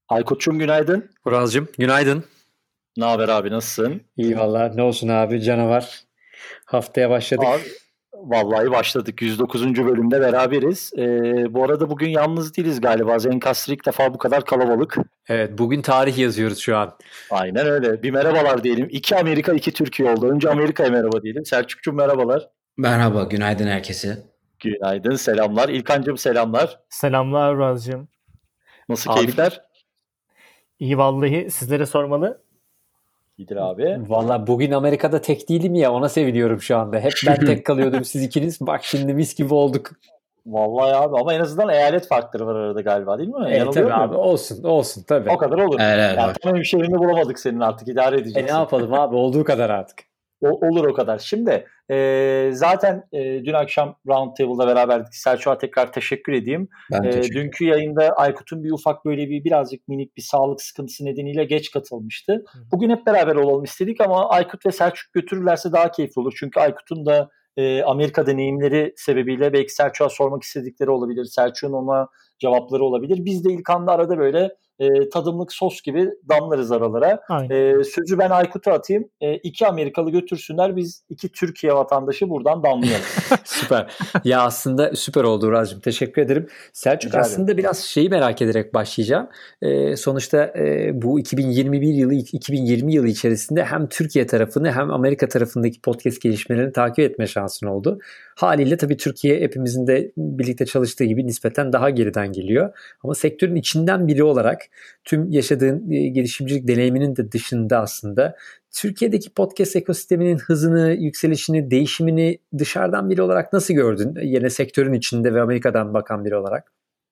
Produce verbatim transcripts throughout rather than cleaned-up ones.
Aykut'cum günaydın. Uraz'cığım günaydın. Ne haber abi, nasılsın? İyi valla, ne olsun abi, canavar. Haftaya başladık. Abi vallahi başladık. yüz dokuzuncu bölümde beraberiz. Ee, bu arada bugün yalnız değiliz galiba. Zencastr ilk defa bu kadar kalabalık. Evet, bugün tarih yazıyoruz şu an. Aynen öyle. Bir merhabalar diyelim. İki Amerika, iki Türkiye oldu. Önce Amerika'ya merhaba diyelim. Selçuk'cum merhabalar. Merhaba, günaydın herkese. Günaydın, selamlar. İlkancım selamlar. Selamlar Uraz'cığım. Nasıl Abi- keyifler? İyi vallahi sizlere sormalı. İyidir abi. Valla bugün Amerika'da tek değilim ya, ona seviniyorum şu anda. Hep ben tek kalıyordum, siz ikiniz. Bak şimdi mis gibi olduk. Vallahi abi, ama en azından eyalet farkları var arada galiba, değil mi? Evet Yanılıyor tabii muyum? abi, olsun olsun tabii. O kadar olur. Evet, evet, Yani var. tam hemşehrini bulamadık senin, artık idare E edeceksin. ne yapalım abi, olduğu kadar artık. O, olur o kadar. Şimdi e, zaten e, dün akşam Roundtable'da beraberdik. Selçuk'a tekrar teşekkür edeyim. Ben E, teşekkür ederim. dünkü yayında Aykut'un bir ufak böyle bir birazcık minik bir sağlık sıkıntısı nedeniyle geç katılmıştı. Bugün hep beraber olalım istedik ama Aykut ve Selçuk götürürlerse daha keyifli olur. Çünkü Aykut'un da e, Amerika deneyimleri sebebiyle belki Selçuk'a sormak istedikleri olabilir. Selçuk'un ona cevapları olabilir. Biz de İlkan'la arada böyle e, tadımlık sos gibi damlarız aralara. Aynen. E, sözü ben Aykut'a atayım. E, iki Amerikalı götürsünler, biz iki Türkiye vatandaşı buradan damlayalım. Süper. Ya aslında süper oldu Uraz'cığım. Teşekkür ederim. Selçuk, Rica ederim. aslında biraz şeyi merak ederek başlayacağım. Ee, sonuçta e, bu iki bin yirmi bir yılı, iki bin yirmi yılı içerisinde hem Türkiye tarafını hem Amerika tarafındaki podcast gelişmelerini takip etme şansın oldu. Haliyle tabii Türkiye hepimizin de birlikte çalıştığı gibi nispeten daha geriden geliyor. Ama sektörün içinden biri olarak tüm yaşadığın e, girişimcilik deneyiminin de dışında aslında Türkiye'deki podcast ekosisteminin hızını, yükselişini, değişimini dışarıdan biri olarak nasıl gördün? Yine sektörün içinde ve Amerika'dan bakan biri olarak.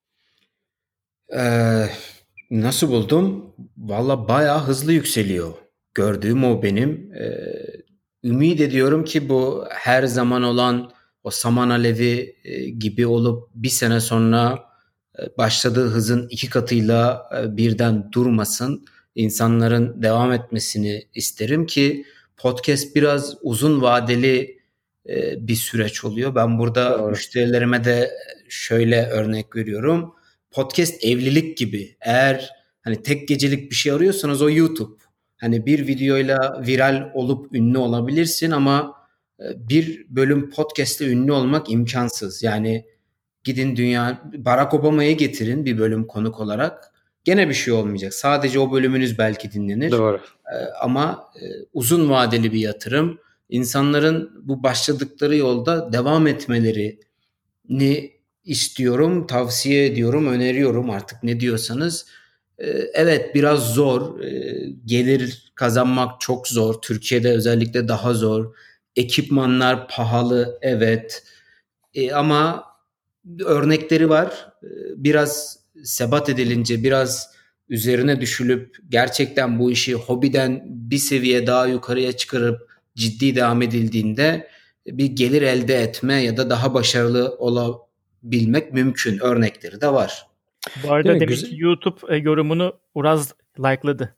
Ee, nasıl buldum? Valla bayağı hızlı yükseliyor. Gördüğüm o benim. Ee, ümit ediyorum ki bu her zaman olan o saman alevi e, gibi olup bir sene sonra e, başladığı hızın iki katıyla e, birden durmasın. İnsanların devam etmesini isterim ki podcast biraz uzun vadeli e, bir süreç oluyor. Ben burada Doğru. müşterilerime de şöyle örnek veriyorum. Podcast evlilik gibi. Eğer hani tek gecelik bir şey arıyorsanız o YouTube. Hani bir videoyla viral olup ünlü olabilirsin ama e, bir bölüm podcast'te ünlü olmak imkansız. Yani gidin dünya Barack Obama'yı getirin bir bölüm konuk olarak. Gene bir şey olmayacak. Sadece o bölümünüz belki dinlenir. Doğru. E, ama e, uzun vadeli bir yatırım. İnsanların bu başladıkları yolda devam etmelerini istiyorum, tavsiye ediyorum, öneriyorum, artık ne diyorsanız. Ee, evet, biraz zor. Ee, gelir kazanmak çok zor. Türkiye'de özellikle daha zor. Ekipmanlar pahalı, evet. Ee, ama örnekleri var. Ee, biraz sebat edilince, biraz üzerine düşülüp gerçekten bu işi hobiden bir seviye daha yukarıya çıkarıp ciddi devam edildiğinde bir gelir elde etme ya da daha başarılı olabilmek mümkün. Örnekleri de var. Bu arada Değil mi? demek Güzel. ki YouTube e, yorumunu Uraz like'ladı.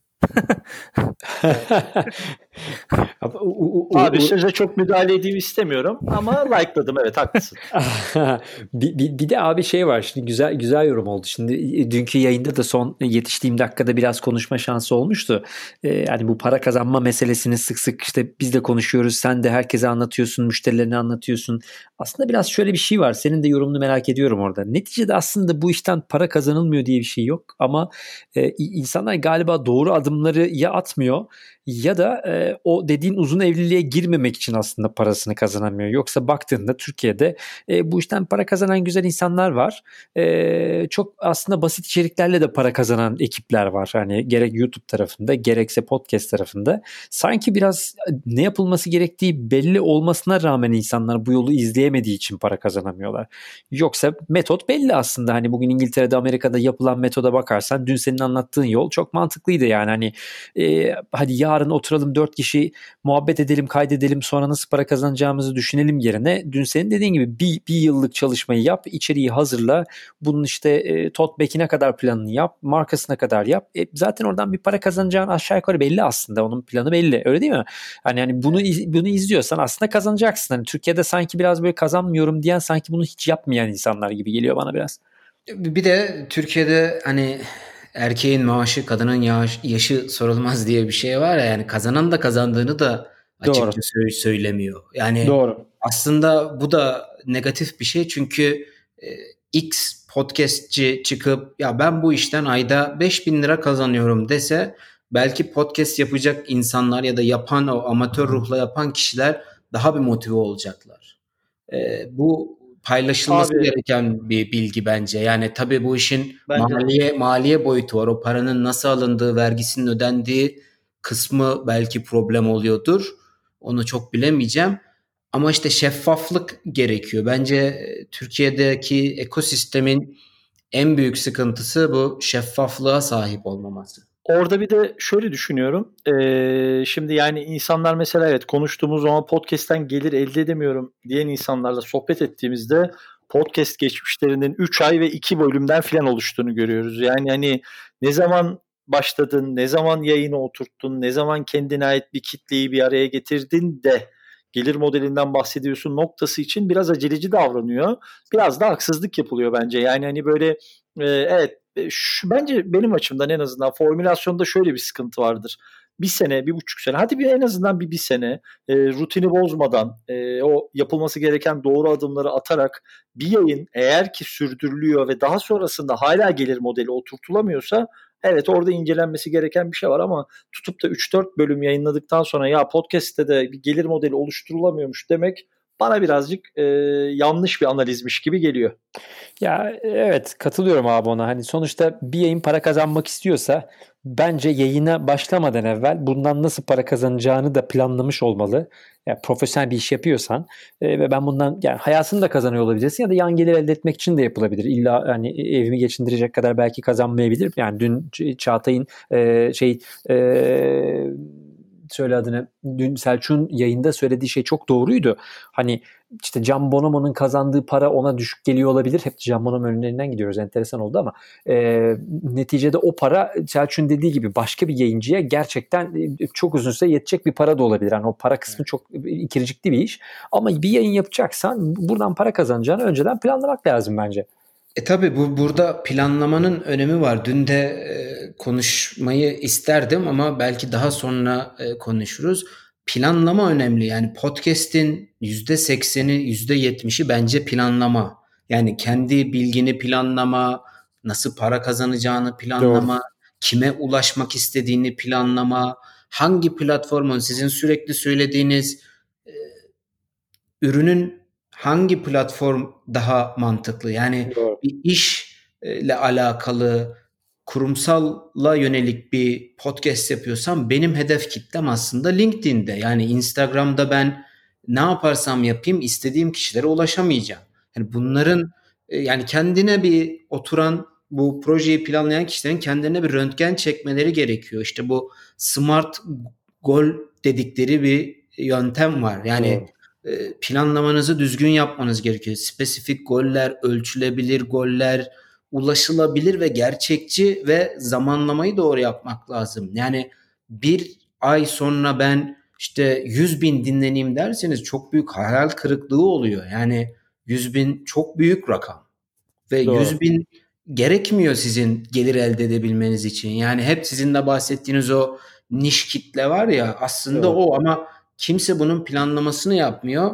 Abi, u- u- u- Abi u- söze çok müdahale edeyim istemiyorum ama like'ladım, evet haklısın. bir, bir, bir de abi şey var, şimdi güzel güzel yorum oldu. Şimdi e, dünkü yayında da son yetiştiğim dakikada biraz konuşma şansı olmuştu. Ee, yani bu para kazanma meselesini sık sık işte biz de konuşuyoruz. Sen de herkese anlatıyorsun, müşterilerine anlatıyorsun. Aslında biraz şöyle bir şey var. Senin de yorumunu merak ediyorum orada. Neticede aslında bu işten para kazanılmıyor diye bir şey yok. Ama e, insanlar galiba doğru adımları ya atmıyor ya da e, o dediğin uzun evliliğe girmemek için aslında parasını kazanamıyor. Yoksa baktığında Türkiye'de e, bu işten para kazanan güzel insanlar var. E, çok aslında basit içeriklerle de para kazanan ekipler var. Hani gerek YouTube tarafında gerekse podcast tarafında. Sanki biraz ne yapılması gerektiği belli olmasına rağmen insanlar bu yolu izleyemediği için para kazanamıyorlar. Yoksa metot belli aslında. Hani bugün İngiltere'de, Amerika'da yapılan metoda bakarsan dün senin anlattığın yol çok mantıklıydı yani. Hani e, hadi yarın oturalım dört kişi muhabbet edelim, kaydedelim, sonra nasıl para kazanacağımızı düşünelim yerine dün senin dediğin gibi bir, bir yıllık çalışmayı yap, içeriği hazırla, bunun işte e, tote bag'ine kadar planını yap, markasına kadar yap. E, zaten oradan bir para kazanacağın aşağı yukarı belli aslında. Onun planı belli. Öyle değil mi? Hani yani bunu bunu izliyorsan aslında kazanacaksın. Hani Türkiye'de sanki biraz böyle kazanmıyorum diyen sanki bunu hiç yapmayan insanlar gibi geliyor bana biraz. Bir de Türkiye'de hani erkeğin maaşı kadının yaş, yaşı sorulmaz diye bir şey var ya, yani kazanan da kazandığını da açıkça Doğru. söylemiyor. Yani Doğru. aslında bu da negatif bir şey çünkü e, X podcastçi çıkıp ya ben bu işten ayda beş bin lira kazanıyorum dese belki podcast yapacak insanlar ya da yapan o amatör ruhla yapan kişiler daha bir motive olacaklar. E, bu paylaşılması Abi, gereken bir bilgi bence. Yani tabii bu işin bence maliye maliye boyutu var. O paranın nasıl alındığı, vergisinin ödendiği kısmı belki problem oluyordur. Onu çok bilemeyeceğim. Ama işte şeffaflık gerekiyor. Bence Türkiye'deki ekosistemin en büyük sıkıntısı bu şeffaflığa sahip olmaması. Orada bir de şöyle düşünüyorum. Ee, şimdi yani insanlar mesela evet konuştuğumuz zaman podcast'ten gelir elde edemiyorum diyen insanlarla sohbet ettiğimizde podcast geçmişlerinin üç ay ve iki bölümden filan oluştuğunu görüyoruz. Yani hani ne zaman başladın, ne zaman yayını oturttun, ne zaman kendine ait bir kitleyi bir araya getirdin de gelir modelinden bahsediyorsun noktası için biraz aceleci davranıyor. Biraz da haksızlık yapılıyor bence. Yani hani böyle e, evet şu, bence benim açımdan en azından formülasyonda şöyle bir sıkıntı vardır. Bir sene, bir buçuk sene, hadi bir en azından bir bir sene e, rutini bozmadan e, o yapılması gereken doğru adımları atarak bir yayın eğer ki sürdürülüyor ve daha sonrasında hala gelir modeli oturtulamıyorsa evet orada incelenmesi gereken bir şey var ama tutup da üç dört bölüm yayınladıktan sonra ya podcast'te de bir gelir modeli oluşturulamıyormuş demek bana birazcık e, yanlış bir analizmiş gibi geliyor. Ya evet, katılıyorum abi ona. Hani sonuçta bir yayın para kazanmak istiyorsa bence yayına başlamadan evvel bundan nasıl para kazanacağını da planlamış olmalı. Yani profesyonel bir iş yapıyorsan e, ve ben bundan yani hayatını da kazanıyor olabilirsin ya da yan gelir elde etmek için de yapılabilir. İlla hani evimi geçindirecek kadar belki kazanmayabilir. Yani dün Çağatay'ın e, şey e, söyle adını, dün Selçuk'un yayında söylediği şey çok doğruydu. Hani işte Can Bonomo'nun kazandığı para ona düşük geliyor olabilir. Hep Can Bonomo önlerinden gidiyoruz. Enteresan oldu ama e, neticede o para Selçuk'un dediği gibi başka bir yayıncıya gerçekten çok uzun süre yetecek bir para da olabilir. Yani o para kısmı çok ikircikli bir iş. Ama bir yayın yapacaksan buradan para kazanacağını önceden planlamak lazım bence. E tabii bu burada planlamanın önemi var. Dün de e, konuşmayı isterdim ama belki daha sonra e, konuşuruz. Planlama önemli. Yani podcast'in yüzde sekseni, yüzde yetmişi bence planlama. Yani kendi bilgini planlama, nasıl para kazanacağını planlama, Doğru. kime ulaşmak istediğini planlama, hangi platformun sizin sürekli söylediğiniz e, ürünün hangi platform daha mantıklı? Yani Doğru. bir işle alakalı kurumsalla yönelik bir podcast yapıyorsam benim hedef kitlem aslında LinkedIn'de. Yani Instagram'da ben ne yaparsam yapayım istediğim kişilere ulaşamayacağım. Yani bunların yani kendine bir oturan bu projeyi planlayan kişilerin kendilerine bir röntgen çekmeleri gerekiyor. İşte bu smart goal dedikleri bir yöntem var. Yani Doğru. planlamanızı düzgün yapmanız gerekiyor. Spesifik goller, ölçülebilir goller, ulaşılabilir ve gerçekçi ve zamanlamayı doğru yapmak lazım. Yani bir ay sonra ben işte yüz bin dinleneyim derseniz çok büyük hayal kırıklığı oluyor. Yani yüz bin çok büyük rakam ve Doğru. yüz bin gerekmiyor sizin gelir elde edebilmeniz için. Yani hep sizin de bahsettiğiniz o niş kitle var ya aslında Doğru. o ama kimse bunun planlamasını yapmıyor.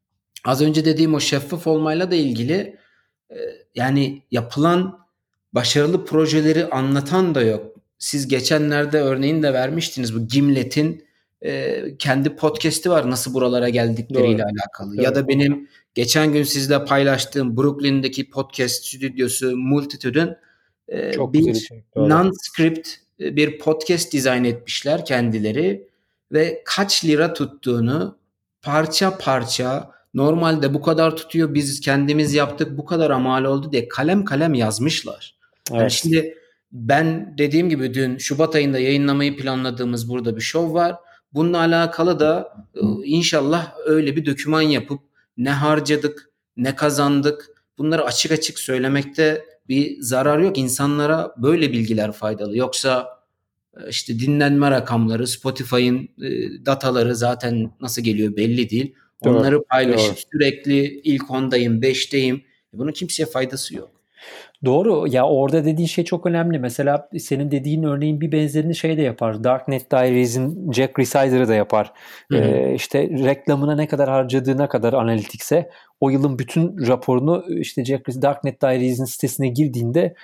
Az önce dediğim o şeffaf olmayla da ilgili e, yani yapılan başarılı projeleri anlatan da yok. Siz geçenlerde örneğini de vermiştiniz. Bu Gimlet'in e, kendi podcast'i var nasıl buralara geldikleriyle Doğru. alakalı. Doğru. Ya da benim geçen gün sizle paylaştığım Brooklyn'deki podcast stüdyosu Multitude'un e, Çok güzel bir içerik. Doğru. non-script e, bir podcast dizayn etmişler kendileri ve kaç lira tuttuğunu parça parça normalde bu kadar tutuyor biz kendimiz yaptık bu kadar mal oldu diye kalem kalem yazmışlar. Evet. Yani şimdi ben dediğim gibi dün Şubat ayında yayınlamayı planladığımız burada bir şov var. Bununla alakalı da inşallah öyle bir doküman yapıp ne harcadık ne kazandık bunları açık açık söylemekte bir zarar yok. İnsanlara böyle bilgiler faydalı. Yoksa işte dinlenme rakamları, Spotify'ın dataları zaten nasıl geliyor belli değil. Doğru, Onları paylaşıp doğru. sürekli ilk ondayım, beşteyim. Bunun kimseye faydası yok. Doğru. Ya orada dediğin şey çok önemli. Mesela senin dediğin örneğin bir benzerini şey de yapar. Darknet Diaries'in Jack Rhysider'ı da yapar. Ee, işte reklamına ne kadar harcadığına kadar Analytics'e o yılın bütün raporunu işte Jack Darknet Diaries'in sitesine girdiğinde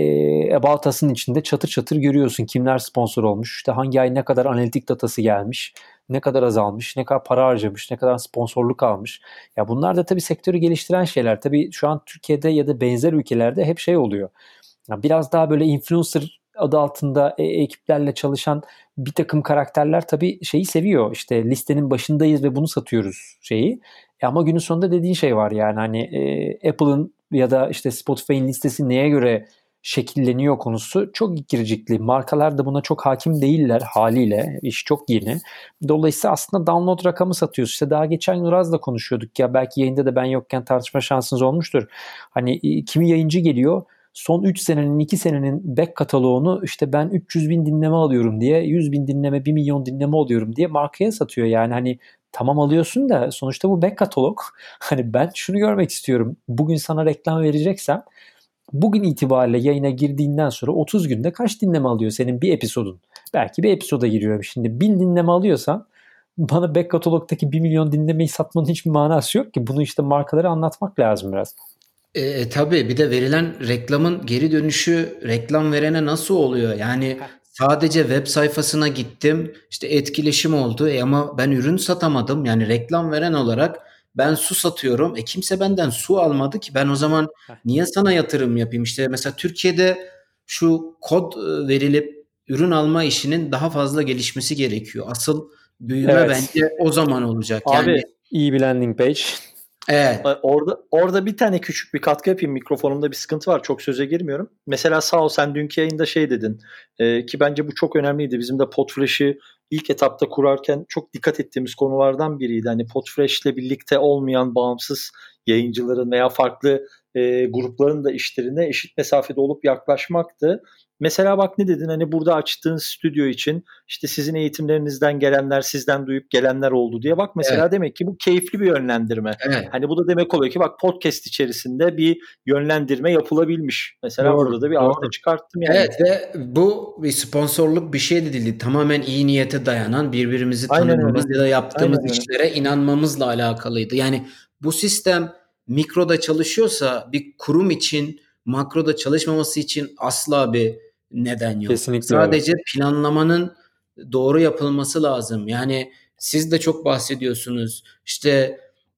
e, About Us'ın içinde çatır çatır görüyorsun. Kimler sponsor olmuş, işte hangi ay ne kadar analitik datası gelmiş, ne kadar azalmış, ne kadar para harcamış, ne kadar sponsorluk almış. Ya bunlar da tabii sektörü geliştiren şeyler. Tabii şu an Türkiye'de ya da benzer ülkelerde hep şey oluyor. Ya biraz daha böyle influencer adı altında e, ekiplerle çalışan bir takım karakterler tabii şeyi seviyor. İşte listenin başındayız ve bunu satıyoruz şeyi. E ama günün sonunda dediğin şey var yani hani e, Apple'ın ya da işte Spotify'ın listesi neye göre şekilleniyor konusu çok ikircikli. Markalar da buna çok hakim değiller haliyle. İş çok yeni. Dolayısıyla aslında download rakamı satıyoruz. İşte daha geçen gün Uraz'la konuşuyorduk ya, belki yayında da ben yokken tartışma şansınız olmuştur. Hani kimi yayıncı geliyor, son üç senenin iki senenin back kataloğunu işte ben üç yüz bin dinleme alıyorum diye, yüz bin dinleme, bir milyon dinleme alıyorum diye markaya satıyor. Yani hani tamam alıyorsun da sonuçta bu back katalog. Hani ben şunu görmek istiyorum. Bugün sana reklam vereceksem bugün itibariyle yayına girdiğinden sonra otuz günde kaç dinleme alıyor senin bir episodun? Belki bir episoda giriyorum. Şimdi bin dinleme alıyorsan bana back katalogdaki bir milyon dinlemeyi satmanın hiçbir manası yok ki. Bunu işte markalara anlatmak lazım biraz. E, tabii bir de verilen reklamın geri dönüşü reklam verene nasıl oluyor? Yani sadece web sayfasına gittim, işte etkileşim oldu e ama ben ürün satamadım. Yani reklam veren olarak ben su satıyorum. E kimse benden su almadı ki, ben o zaman niye sana yatırım yapayım? İşte mesela Türkiye'de şu kod verilip ürün alma işinin daha fazla gelişmesi gerekiyor. Asıl büyüme Evet. bence o zaman olacak. Abi, yani iyi bir landing page. Evet. Orada orada bir tane küçük bir katkı yapayım. Mikrofonumda bir sıkıntı var. Çok söze girmiyorum. Mesela sağ ol, sen dünkü yayında şey dedin. E, ki bence bu çok önemliydi. Bizim de Podfresh'i ilk etapta kurarken çok dikkat ettiğimiz konulardan biriydi. Hani Podfresh'le birlikte olmayan bağımsız yayıncıların veya farklı e, grupların da işlerine eşit mesafede olup yaklaşmaktı. Mesela bak ne dedin, hani burada açtığın stüdyo için işte sizin eğitimlerinizden gelenler, sizden duyup gelenler oldu diye. Bak mesela evet. Demek ki bu keyifli bir yönlendirme. Evet. Hani bu da demek oluyor ki bak podcast içerisinde bir yönlendirme yapılabilmiş. Mesela Doğru, burada da bir doğru. artı çıkarttım yani. Evet ve bu bir sponsorluk bir şey de değil. Tamamen iyi niyete dayanan, birbirimizi Aynen tanımamız öyle. ya da yaptığımız Aynen öyle. işlere inanmamızla alakalıydı. Yani bu sistem mikroda çalışıyorsa bir kurum için makroda çalışmaması için asla bir neden yok. Kesinlikle Sadece öyle. planlamanın doğru yapılması lazım. Yani siz de çok bahsediyorsunuz. İşte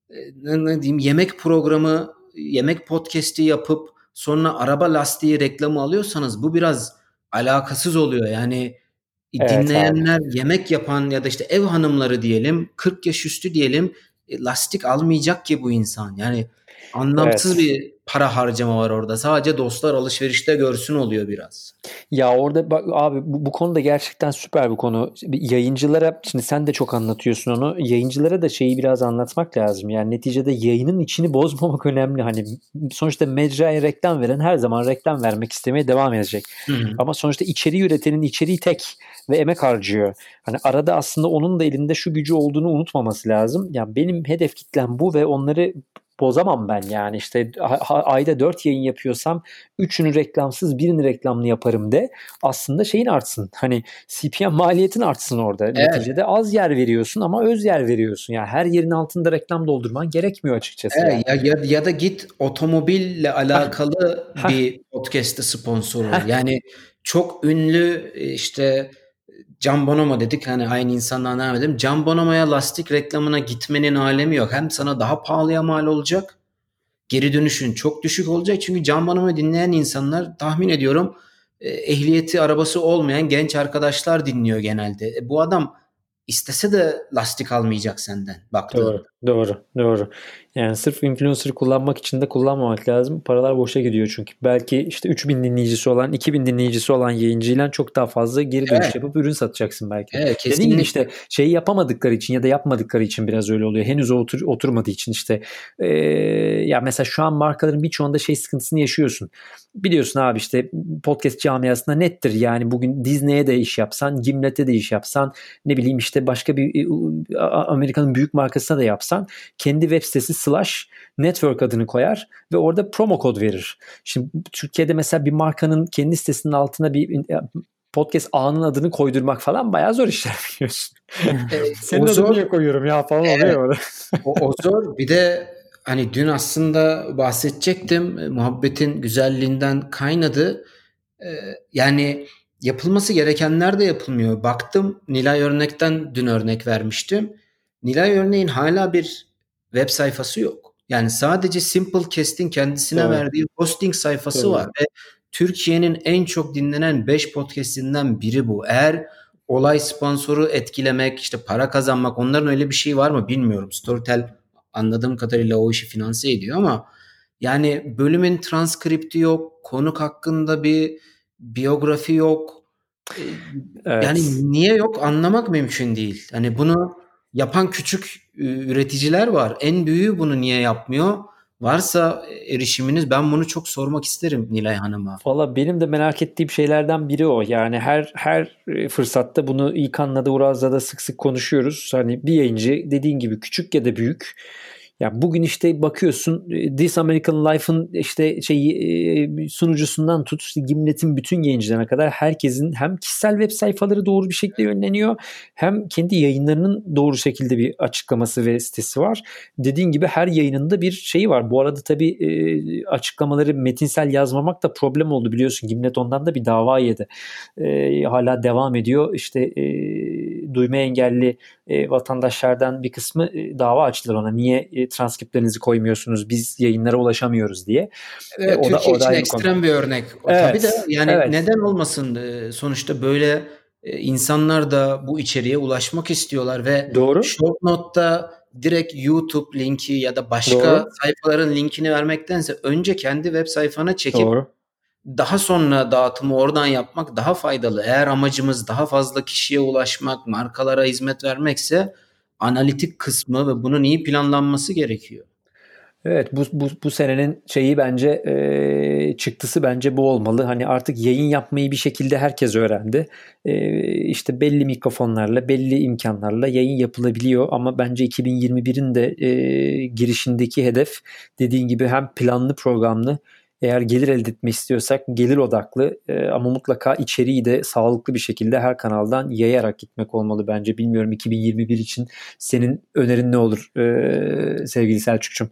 ne, ne diyeyim, yemek programı, yemek podcast'i yapıp sonra araba lastiği reklamı alıyorsanız bu biraz alakasız oluyor. Yani Evet dinleyenler abi. yemek yapan ya da işte ev hanımları diyelim, kırk yaş üstü diyelim, lastik almayacak ki bu insan. Yani anlamsız Evet. bir para harcama var orada. Sadece dostlar alışverişte görsün oluyor biraz. Ya orada bak abi, bu, bu konuda gerçekten süper bir konu. Yayıncılara, şimdi sen de çok anlatıyorsun onu. Yayıncılara da şeyi biraz anlatmak lazım. Yani neticede yayının içini bozmamak önemli. Hani sonuçta mecraya reklam veren her zaman reklam vermek istemeye devam edecek. Hı-hı. Ama sonuçta içeriği üretenin içeriği tek ve emek harcıyor. Hani arada aslında onun da elinde şu gücü olduğunu unutmaması lazım. Yani benim hedef kitlem bu ve onları bozamam ben. Yani işte ha, ayda dört yayın yapıyorsam üçünü reklamsız, birini reklamlı yaparım de aslında şeyin artsın. Hani C P M maliyetin artsın orada. Evet. Neticede az yer veriyorsun ama öz yer veriyorsun. Yani her yerin altında reklam doldurman gerekmiyor açıkçası. Evet, yani. ya, ya, ya da git otomobille alakalı Hah. bir podcast'te sponsor ol. Hah. Yani çok ünlü işte Can Bonomo dedik, hani aynı insandan devam edelim. Can Bonomo'ya lastik reklamına gitmenin alemi yok. Hem sana daha pahalıya mal olacak, geri dönüşün çok düşük olacak. Çünkü Can Bonomo dinleyen insanlar, tahmin ediyorum, ehliyeti, arabası olmayan genç arkadaşlar dinliyor genelde. E, bu adam istese de lastik almayacak senden baktığında. Doğru, doğru, doğru. Yani sırf influencer kullanmak için de kullanmamak lazım. Paralar boşa gidiyor çünkü. Belki işte üç bin dinleyicisi olan, iki bin dinleyicisi olan yayıncıyla çok daha fazla geri dönüş evet. yapıp ürün satacaksın belki. Evet, kesinlikle. Dediğim gibi işte şeyi yapamadıkları için ya da yapmadıkları için biraz öyle oluyor. Henüz o otur, oturmadığı için işte. Ee, ya mesela şu an markaların birçoğunda şey sıkıntısını yaşıyorsun. Biliyorsun abi, işte podcast camiasında nettir. Yani bugün Disney'e de iş yapsan, Gimlet'e de iş yapsan, ne bileyim işte başka bir Amerika'nın büyük markasına da yapsan insan kendi web sitesi slash network adını koyar ve orada promo kod verir. Şimdi Türkiye'de mesela bir markanın kendi sitesinin altına bir podcast ağının adını koydurmak falan bayağı zor işler biliyorsun. Evet, Senin adını niye koyuyorum ya falan oluyor evet, orada. o, o zor. Bir de hani dün aslında bahsedecektim. Muhabbetin güzelliğinden kaynadı. Ee, yani yapılması gerekenler de yapılmıyor. Baktım Nilay Örnek'ten dün örnek vermiştim. Nilay Örnek'in hala bir web sayfası yok. Yani sadece Simplecast'in kendisine Doğru. verdiği hosting sayfası Doğru. var ve Türkiye'nin en çok dinlenen beş podcastinden biri bu. Eğer olay sponsoru etkilemek, işte para kazanmak, onların öyle bir şey var mı bilmiyorum. Storytel anladığım kadarıyla o işi finanse ediyor ama yani bölümün transkripti yok, konuk hakkında bir biyografi yok. Evet. Yani niye yok anlamak mümkün değil. Hani bunu yapan küçük üreticiler var. En büyüğü bunu niye yapmıyor? Varsa erişiminiz, ben bunu çok sormak isterim Nilay Hanım'a. Valla benim de merak ettiğim şeylerden biri o. Yani her her fırsatta bunu İlkan'la da Uraz'la da sık sık konuşuyoruz. Hani bir yayıncı dediğin gibi küçük ya da büyük. Ya bugün işte bakıyorsun This American Life'ın işte şey sunucusundan tut işte Gimlet'in bütün yayıncılarına kadar herkesin hem kişisel web sayfaları doğru bir şekilde yönleniyor hem kendi yayınlarının doğru şekilde bir açıklaması ve sitesi var. Dediğin gibi her yayınında bir şeyi var. Bu arada tabii e, açıklamaları metinsel yazmamak da problem oldu biliyorsun. Gimlet ondan da bir dava yedi. E, hala devam ediyor. İşte e, duyma engelli e, vatandaşlardan bir kısmı e, dava açtılar ona. Niye e, transkriptlerinizi koymuyorsunuz? Biz yayınlara ulaşamıyoruz diye. Evet, e, o Türkiye da, o da için ekstrem bir örnek. Evet, Tabii de yani evet. neden olmasın? Sonuçta böyle insanlar da bu içeriğe ulaşmak istiyorlar ve Doğru. Short Note'da direkt YouTube linki ya da başka Doğru. sayfaların linkini vermektense önce kendi web sayfana çekip Doğru. daha sonra dağıtımı oradan yapmak daha faydalı. Eğer amacımız daha fazla kişiye ulaşmak, markalara hizmet vermekse analitik kısmı ve bunun iyi planlanması gerekiyor. Evet, bu bu bu senenin şeyi bence e, çıktısı bence bu olmalı. Hani artık yayın yapmayı bir şekilde herkes öğrendi. E, işte belli mikrofonlarla, belli imkanlarla yayın yapılabiliyor ama bence iki bin yirmi birin de e, girişindeki hedef dediğin gibi hem planlı programlı, eğer gelir elde etmek istiyorsak gelir odaklı e, ama mutlaka içeriği de sağlıklı bir şekilde her kanaldan yayarak gitmek olmalı bence. Bilmiyorum iki bin yirmi bir için senin önerin ne olur e, sevgili Selçuk'cum?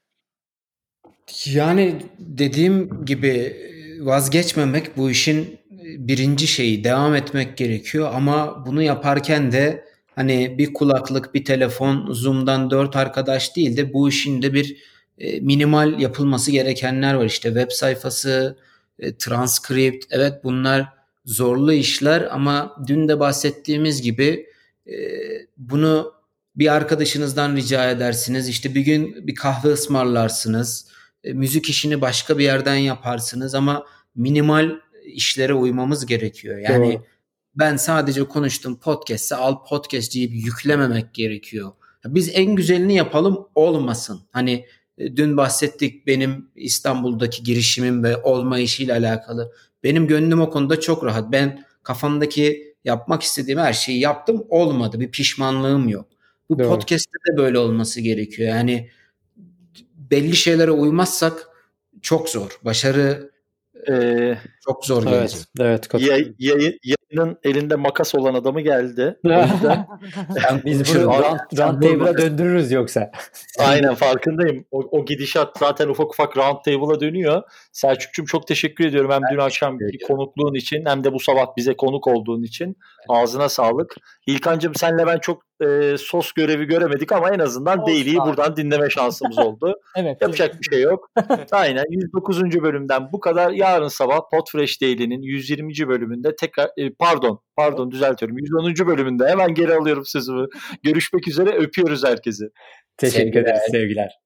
Yani dediğim gibi vazgeçmemek bu işin birinci şeyi, devam etmek gerekiyor ama bunu yaparken de hani bir kulaklık, bir telefon, Zoom'dan dört arkadaş değil de bu işin de bir e, minimal yapılması gerekenler var. İşte web sayfası, e, transkript, evet bunlar zorlu işler ama dün de bahsettiğimiz gibi e, bunu bir arkadaşınızdan rica edersiniz. İşte bir gün bir kahve ısmarlarsınız. E, müzik işini başka bir yerden yaparsınız ama minimal işlere uymamız gerekiyor. Yani Doğru. ben sadece konuştum podcast'e al podcast deyip yüklememek gerekiyor. Biz en güzelini yapalım olmasın. Hani e, dün bahsettik benim İstanbul'daki girişimim ve olma işiyle alakalı. Benim gönlüm o konuda çok rahat. Ben kafamdaki yapmak istediğim her şeyi yaptım olmadı. Bir pişmanlığım yok. Bu Doğru. podcast'te de böyle olması gerekiyor. Yani belli şeylere uymazsak çok zor. Başarı Ee, çok zor gelecek. Evet, evet. yay, yay, yayının elinde makas olan adamı geldi. O yüzden biz bunu round, round table'a döndürürüz yoksa. Aynen farkındayım. O, o gidişat zaten ufak ufak round table'a dönüyor. Selçuk'cum çok teşekkür ediyorum. Hem ben dün akşamki konukluğun için hem de bu sabah bize konuk olduğun için. Ağzına sağlık. İlkan'cığım senle ben çok e, sos görevi göremedik ama en azından Daily'yi buradan dinleme şansımız oldu. Evet. Yapacak evet. bir şey yok. Aynen yüz dokuzuncu bölümden bu kadar. Yarın sabah Podfresh Daily'nin yüz yirminci bölümünde tekrar e, pardon pardon düzeltiyorum. yüz onuncu bölümünde hemen geri alıyorum sözümü. Görüşmek üzere. Öpüyoruz herkesi. Teşekkür Sevgiler. ederiz sevgiler.